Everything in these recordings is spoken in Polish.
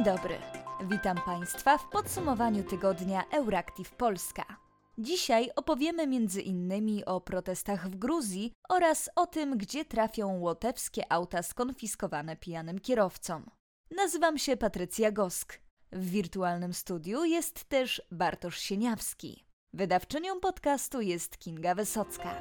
dobry. Witam Państwa w podsumowaniu tygodnia Euractiv Polska. Dzisiaj opowiemy m.in. o protestach w Gruzji oraz o tym, gdzie trafią łotewskie auta skonfiskowane pijanym kierowcom. Nazywam się Patrycja Gosk. W wirtualnym studiu jest też Bartosz Sieniawski. Wydawczynią podcastu jest Kinga Wysocka.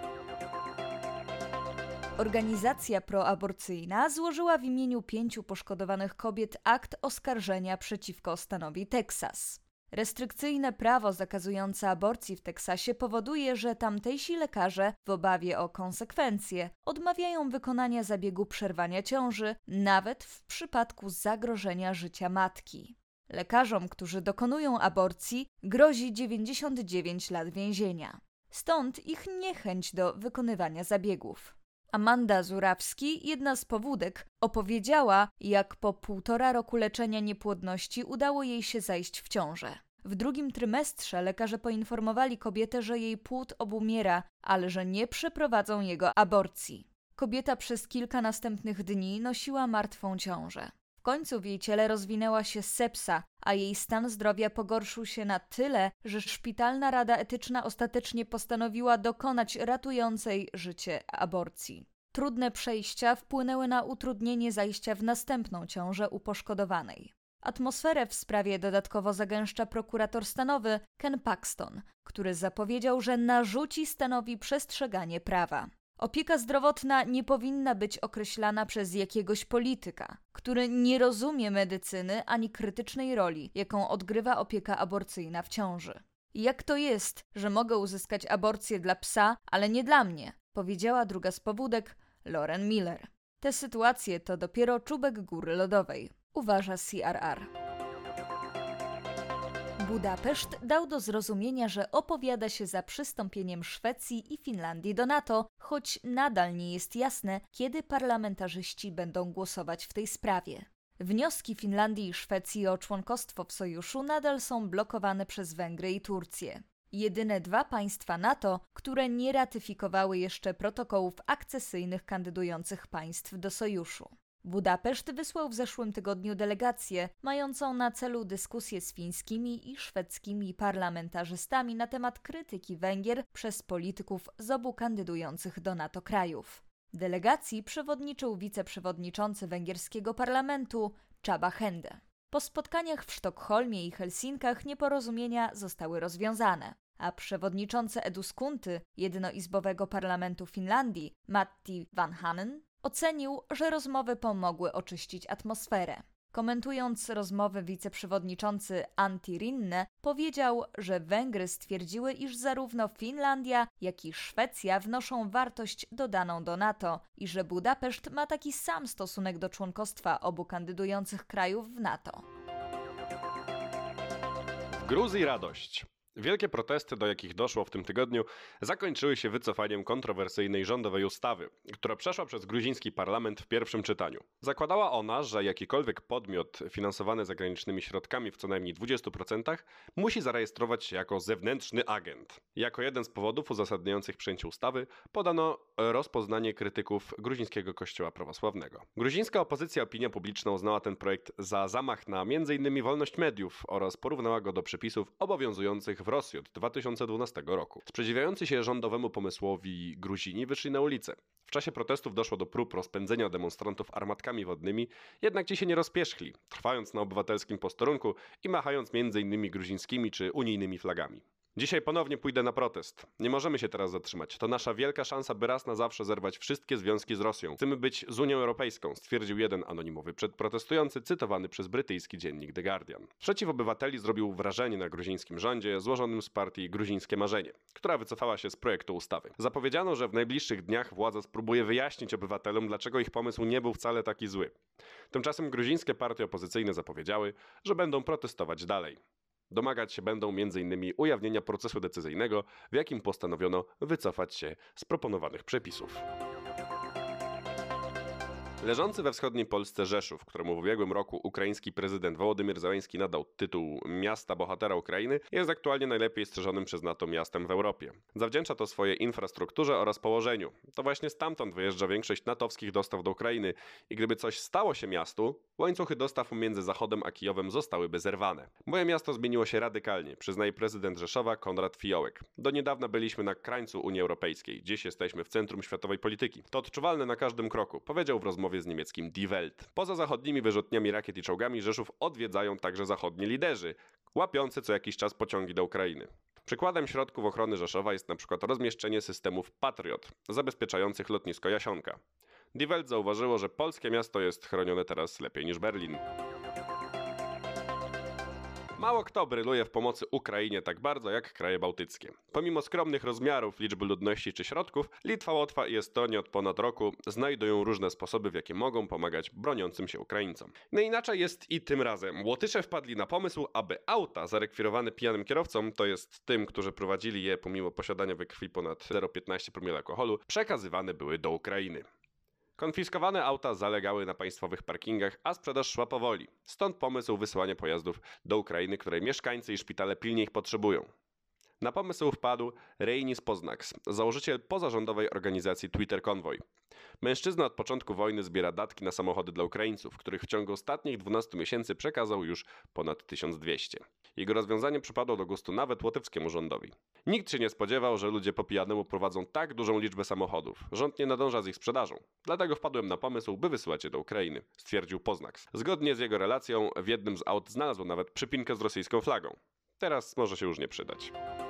Organizacja proaborcyjna złożyła w imieniu 5 poszkodowanych kobiet akt oskarżenia przeciwko stanowi Teksas. Restrykcyjne prawo zakazujące aborcji w Teksasie powoduje, że tamtejsi lekarze w obawie o konsekwencje odmawiają wykonania zabiegu przerwania ciąży, nawet w przypadku zagrożenia życia matki. Lekarzom, którzy dokonują aborcji, grozi 99 lat więzienia. Stąd ich niechęć do wykonywania zabiegów. Amanda Zurawski, jedna z powódek, opowiedziała, jak po 1,5 roku leczenia niepłodności udało jej się zajść w ciążę. W 2. trymestrze lekarze poinformowali kobietę, że jej płód obumiera, ale że nie przeprowadzą jego aborcji. Kobieta przez kilka następnych dni nosiła martwą ciążę. W końcu w jej ciele rozwinęła się sepsa, a jej stan zdrowia pogorszył się na tyle, że Szpitalna Rada Etyczna ostatecznie postanowiła dokonać ratującej życie aborcji. Trudne przejścia wpłynęły na utrudnienie zajścia w następną ciążę u poszkodowanej. Atmosferę w sprawie dodatkowo zagęszcza prokurator stanowy Ken Paxton, który zapowiedział, że narzuci stanowi przestrzeganie prawa. Opieka zdrowotna nie powinna być określana przez jakiegoś polityka, który nie rozumie medycyny ani krytycznej roli, jaką odgrywa opieka aborcyjna w ciąży. Jak to jest, że mogę uzyskać aborcję dla psa, ale nie dla mnie, powiedziała druga z powódek, Lauren Miller. Te sytuacje to dopiero czubek góry lodowej, uważa CRR. Budapeszt dał do zrozumienia, że opowiada się za przystąpieniem Szwecji i Finlandii do NATO, choć nadal nie jest jasne, kiedy parlamentarzyści będą głosować w tej sprawie. Wnioski Finlandii i Szwecji o członkostwo w sojuszu nadal są blokowane przez Węgry i Turcję. Jedyne 2 państwa NATO, które nie ratyfikowały jeszcze protokołów akcesyjnych kandydujących państw do sojuszu. Budapeszt wysłał w zeszłym tygodniu delegację mającą na celu dyskusję z fińskimi i szwedzkimi parlamentarzystami na temat krytyki Węgier przez polityków z obu kandydujących do NATO krajów. Delegacji przewodniczył wiceprzewodniczący węgierskiego parlamentu Csaba Hende. Po spotkaniach w Sztokholmie i Helsinkach nieporozumienia zostały rozwiązane, a przewodniczący Eduskunty jednoizbowego parlamentu Finlandii Matti Vanhanen ocenił, że rozmowy pomogły oczyścić atmosferę. Komentując rozmowy wiceprzewodniczący Antti Rinne powiedział, że Węgry stwierdziły, iż zarówno Finlandia, jak i Szwecja wnoszą wartość dodaną do NATO i że Budapeszt ma taki sam stosunek do członkostwa obu kandydujących krajów w NATO. W Gruzji radość. Wielkie protesty, do jakich doszło w tym tygodniu, zakończyły się wycofaniem kontrowersyjnej rządowej ustawy, która przeszła przez gruziński parlament w pierwszym czytaniu. Zakładała ona, że jakikolwiek podmiot finansowany zagranicznymi środkami w co najmniej 20% musi zarejestrować się jako zewnętrzny agent. Jako jeden z powodów uzasadniających przyjęcie ustawy podano rozpoznanie krytyków gruzińskiego kościoła prawosławnego. Gruzińska opozycja opinia publiczna uznała ten projekt za zamach na m.in. wolność mediów oraz porównała go do przepisów obowiązujących w Rosji od 2012 roku. Sprzeciwiający się rządowemu pomysłowi Gruzini wyszli na ulicę. W czasie protestów doszło do prób rozpędzenia demonstrantów armatkami wodnymi, jednak ci się nie rozpieszli, trwając na obywatelskim posterunku i machając m.in. gruzińskimi czy unijnymi flagami. Dzisiaj ponownie pójdę na protest. Nie możemy się teraz zatrzymać. To nasza wielka szansa, by raz na zawsze zerwać wszystkie związki z Rosją. Chcemy być z Unią Europejską, stwierdził jeden anonimowy protestujący, cytowany przez brytyjski dziennik The Guardian. Sprzeciw obywateli zrobił wrażenie na gruzińskim rządzie złożonym z partii Gruzińskie Marzenie, która wycofała się z projektu ustawy. Zapowiedziano, że w najbliższych dniach władza spróbuje wyjaśnić obywatelom, dlaczego ich pomysł nie był wcale taki zły. Tymczasem gruzińskie partie opozycyjne zapowiedziały, że będą protestować dalej. Domagać się będą m.in. ujawnienia procesu decyzyjnego, w jakim postanowiono wycofać się z proponowanych przepisów. Leżący we wschodniej Polsce Rzeszów, któremu w ubiegłym roku ukraiński prezydent Wołodymyr Zełenski nadał tytuł miasta bohatera Ukrainy, jest aktualnie najlepiej strzeżonym przez NATO miastem w Europie. Zawdzięcza to swojej infrastrukturze oraz położeniu. To właśnie stamtąd wyjeżdża większość natowskich dostaw do Ukrainy i gdyby coś stało się miastu, łańcuchy dostaw między Zachodem a Kijowem zostałyby zerwane. Moje miasto zmieniło się radykalnie, przyznaje prezydent Rzeszowa Konrad Fiołek. Do niedawna byliśmy na krańcu Unii Europejskiej, dziś jesteśmy w centrum światowej polityki. To odczuwalne na każdym kroku, powiedział w rozmowie z niemieckim Die Welt. Poza zachodnimi wyrzutniami rakiet i czołgami Rzeszów odwiedzają także zachodni liderzy, łapiący co jakiś czas pociągi do Ukrainy. Przykładem środków ochrony Rzeszowa jest np. rozmieszczenie systemów Patriot, zabezpieczających lotnisko Jasionka. Die Welt zauważyło, że polskie miasto jest chronione teraz lepiej niż Berlin. Mało kto bryluje w pomocy Ukrainie tak bardzo jak kraje bałtyckie. Pomimo skromnych rozmiarów, liczby ludności czy środków, Litwa, Łotwa i Estonia od ponad roku znajdują różne sposoby, w jakie mogą pomagać broniącym się Ukraińcom. No inaczej jest i tym razem. Łotysze wpadli na pomysł, aby auta zarekwirowane pijanym kierowcom, to jest tym, którzy prowadzili je pomimo posiadania we krwi ponad 0,15 promila alkoholu, przekazywane były do Ukrainy. Konfiskowane auta zalegały na państwowych parkingach, a sprzedaż szła powoli. Stąd pomysł wysłania pojazdów do Ukrainy, której mieszkańcy i szpitale pilnie ich potrzebują. Na pomysł wpadł Reinis Poznaks, założyciel pozarządowej organizacji Twitter Convoy. Mężczyzna od początku wojny zbiera datki na samochody dla Ukraińców, których w ciągu ostatnich 12 miesięcy przekazał już ponad 1200. Jego rozwiązanie przypadło do gustu nawet łotewskiemu rządowi. Nikt się nie spodziewał, że ludzie po pijanemu prowadzą tak dużą liczbę samochodów. Rząd nie nadąża z ich sprzedażą. Dlatego wpadłem na pomysł, by wysyłać je do Ukrainy, stwierdził Poznaks. Zgodnie z jego relacją, w jednym z aut znalazł nawet przypinkę z rosyjską flagą. Teraz może się już nie przydać.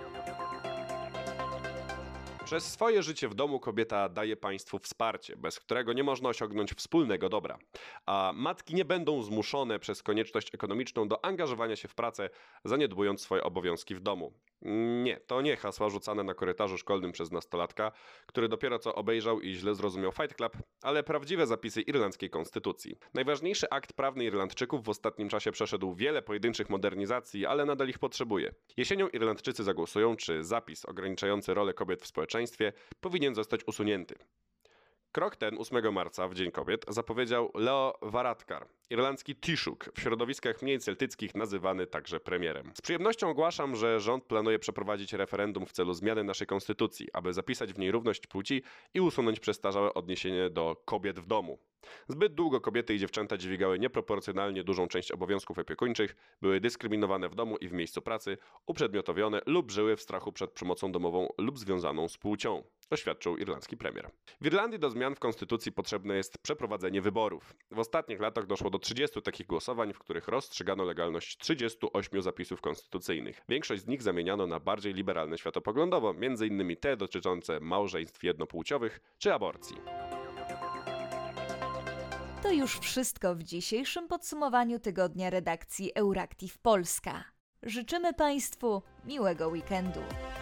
Przez swoje życie w domu kobieta daje państwu wsparcie, bez którego nie można osiągnąć wspólnego dobra. A matki nie będą zmuszone przez konieczność ekonomiczną do angażowania się w pracę, zaniedbując swoje obowiązki w domu. Nie, to nie hasła rzucane na korytarzu szkolnym przez nastolatka, który dopiero co obejrzał i źle zrozumiał Fight Club, ale prawdziwe zapisy irlandzkiej konstytucji. Najważniejszy akt prawny Irlandczyków w ostatnim czasie przeszedł wiele pojedynczych modernizacji, ale nadal ich potrzebuje. Jesienią Irlandczycy zagłosują, czy zapis ograniczający rolę kobiet w społeczeństwie powinien zostać usunięty. Krok ten 8 marca, w Dzień Kobiet, zapowiedział Leo Varadkar, irlandzki Taoiseach, w środowiskach mniej celtyckich nazywany także premierem. Z przyjemnością ogłaszam, że rząd planuje przeprowadzić referendum w celu zmiany naszej konstytucji, aby zapisać w niej równość płci i usunąć przestarzałe odniesienie do kobiet w domu. Zbyt długo kobiety i dziewczęta dźwigały nieproporcjonalnie dużą część obowiązków opiekuńczych, były dyskryminowane w domu i w miejscu pracy, uprzedmiotowione lub żyły w strachu przed przemocą domową lub związaną z płcią, oświadczył irlandzki premier. W Irlandii do zmian w konstytucji potrzebne jest przeprowadzenie wyborów. W ostatnich latach doszło do 30 takich głosowań, w których rozstrzygano legalność 38 zapisów konstytucyjnych. Większość z nich zamieniano na bardziej liberalne światopoglądowo, m.in. te dotyczące małżeństw jednopłciowych czy aborcji. To już wszystko w dzisiejszym podsumowaniu tygodnia redakcji Euractiv Polska. Życzymy Państwu miłego weekendu.